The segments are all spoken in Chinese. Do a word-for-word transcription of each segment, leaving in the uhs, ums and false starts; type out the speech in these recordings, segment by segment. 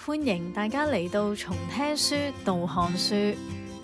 歡迎大家嚟到從聽書到看書。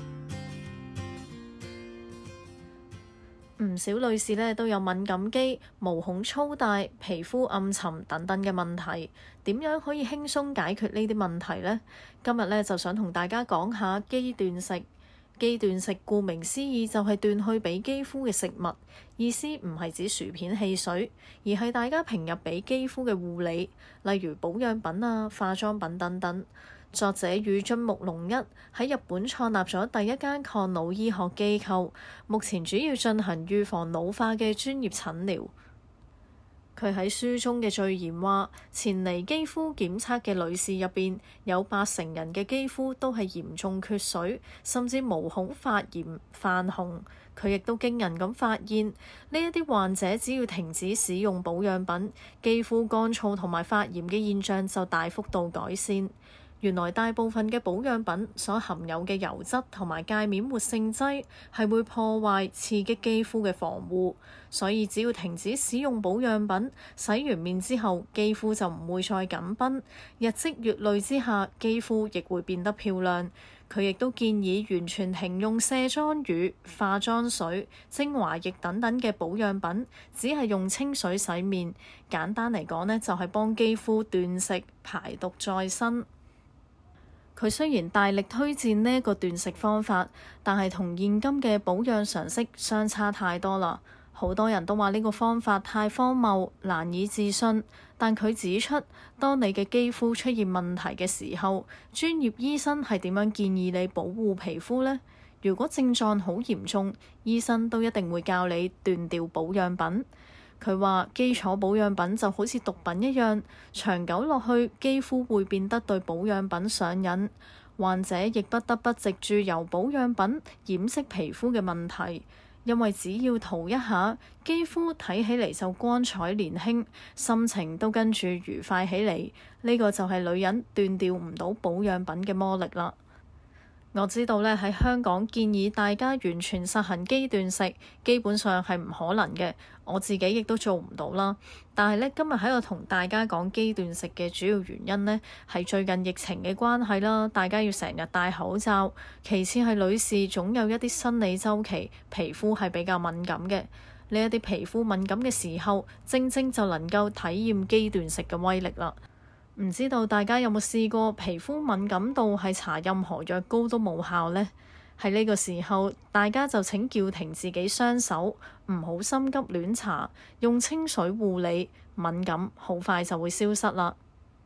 唔少女士咧都有敏感肌、毛孔粗大、皮膚暗沉等等嘅問題，點樣可以輕鬆解決呢啲問題呢？今日咧就想同大家講下肌斷食。肌斷食顧名思義就係斷去俾肌膚嘅食物，意思唔係指薯片、汽水，而係大家平日俾肌膚嘅護理，例如保養品啊、化妝品等等。作者宇津木隆一喺日本創立咗第一間抗老醫學機構，目前主要進行預防老化嘅專業診療。佢喺書中嘅序言話，前嚟肌膚檢測嘅女士入邊，有八成人嘅肌膚都係嚴重缺水，甚至毛孔發炎泛紅。佢亦都驚人咁發現，呢一啲患者只要停止使用保養品，肌膚乾燥同埋發炎嘅現象就大幅度改善。原來大部分嘅保養品所含有嘅油質同埋界面活性劑係會破壞、刺激肌膚嘅防護，所以只要停止使用保養品，洗完面之後肌膚就唔會再緊繃，日積月累之下肌膚亦會變得漂亮。佢亦都建議完全停用卸妝乳、化妝水、精華液等等嘅保養品，只係用清水洗面。簡單嚟講呢，就係幫肌膚斷食、排毒再生。佢雖然大力推薦呢一個斷食方法，但係同現今嘅保養常識相差太多啦。好多人都話呢個方法太荒謬，難以置信。但佢指出，當你嘅肌膚出現問題嘅時候，專業醫生係點樣建議你保護皮膚呢？如果症狀好嚴重，醫生都一定會教你斷掉保養品。佢話基礎保養品就好似毒品一樣，長久落去肌膚會變得對保養品上癮，患者亦不得不藉住由保養品掩飾皮膚嘅問題，因為只要塗一下，肌膚睇起嚟就光彩年輕，心情都跟住愉快起嚟。呢個就係女人斷掉唔到保養品嘅魔力啦。我知道咧，喺香港建議大家完全實行肌斷食，基本上係唔可能嘅。我自己亦都做唔到啦。但係咧，今日喺度同大家講肌斷食嘅主要原因呢，係最近疫情嘅關係啦，大家要成日戴口罩。其次係女士總有一啲生理週期，皮膚係比較敏感嘅。呢一啲皮膚敏感嘅時候，正正就能夠體驗肌斷食嘅威力啦。唔知道大家有冇試過皮膚敏感到係搽任何藥膏都冇效呢？喺呢個時候，大家就請叫停自己雙手，唔好心急亂搽，用清水護理，敏感好快就會消失啦。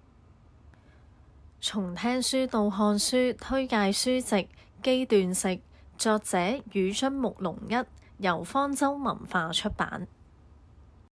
從聽書到看書，推介書籍《肌斷食》，作者宇津木隆一，由方舟文化出版。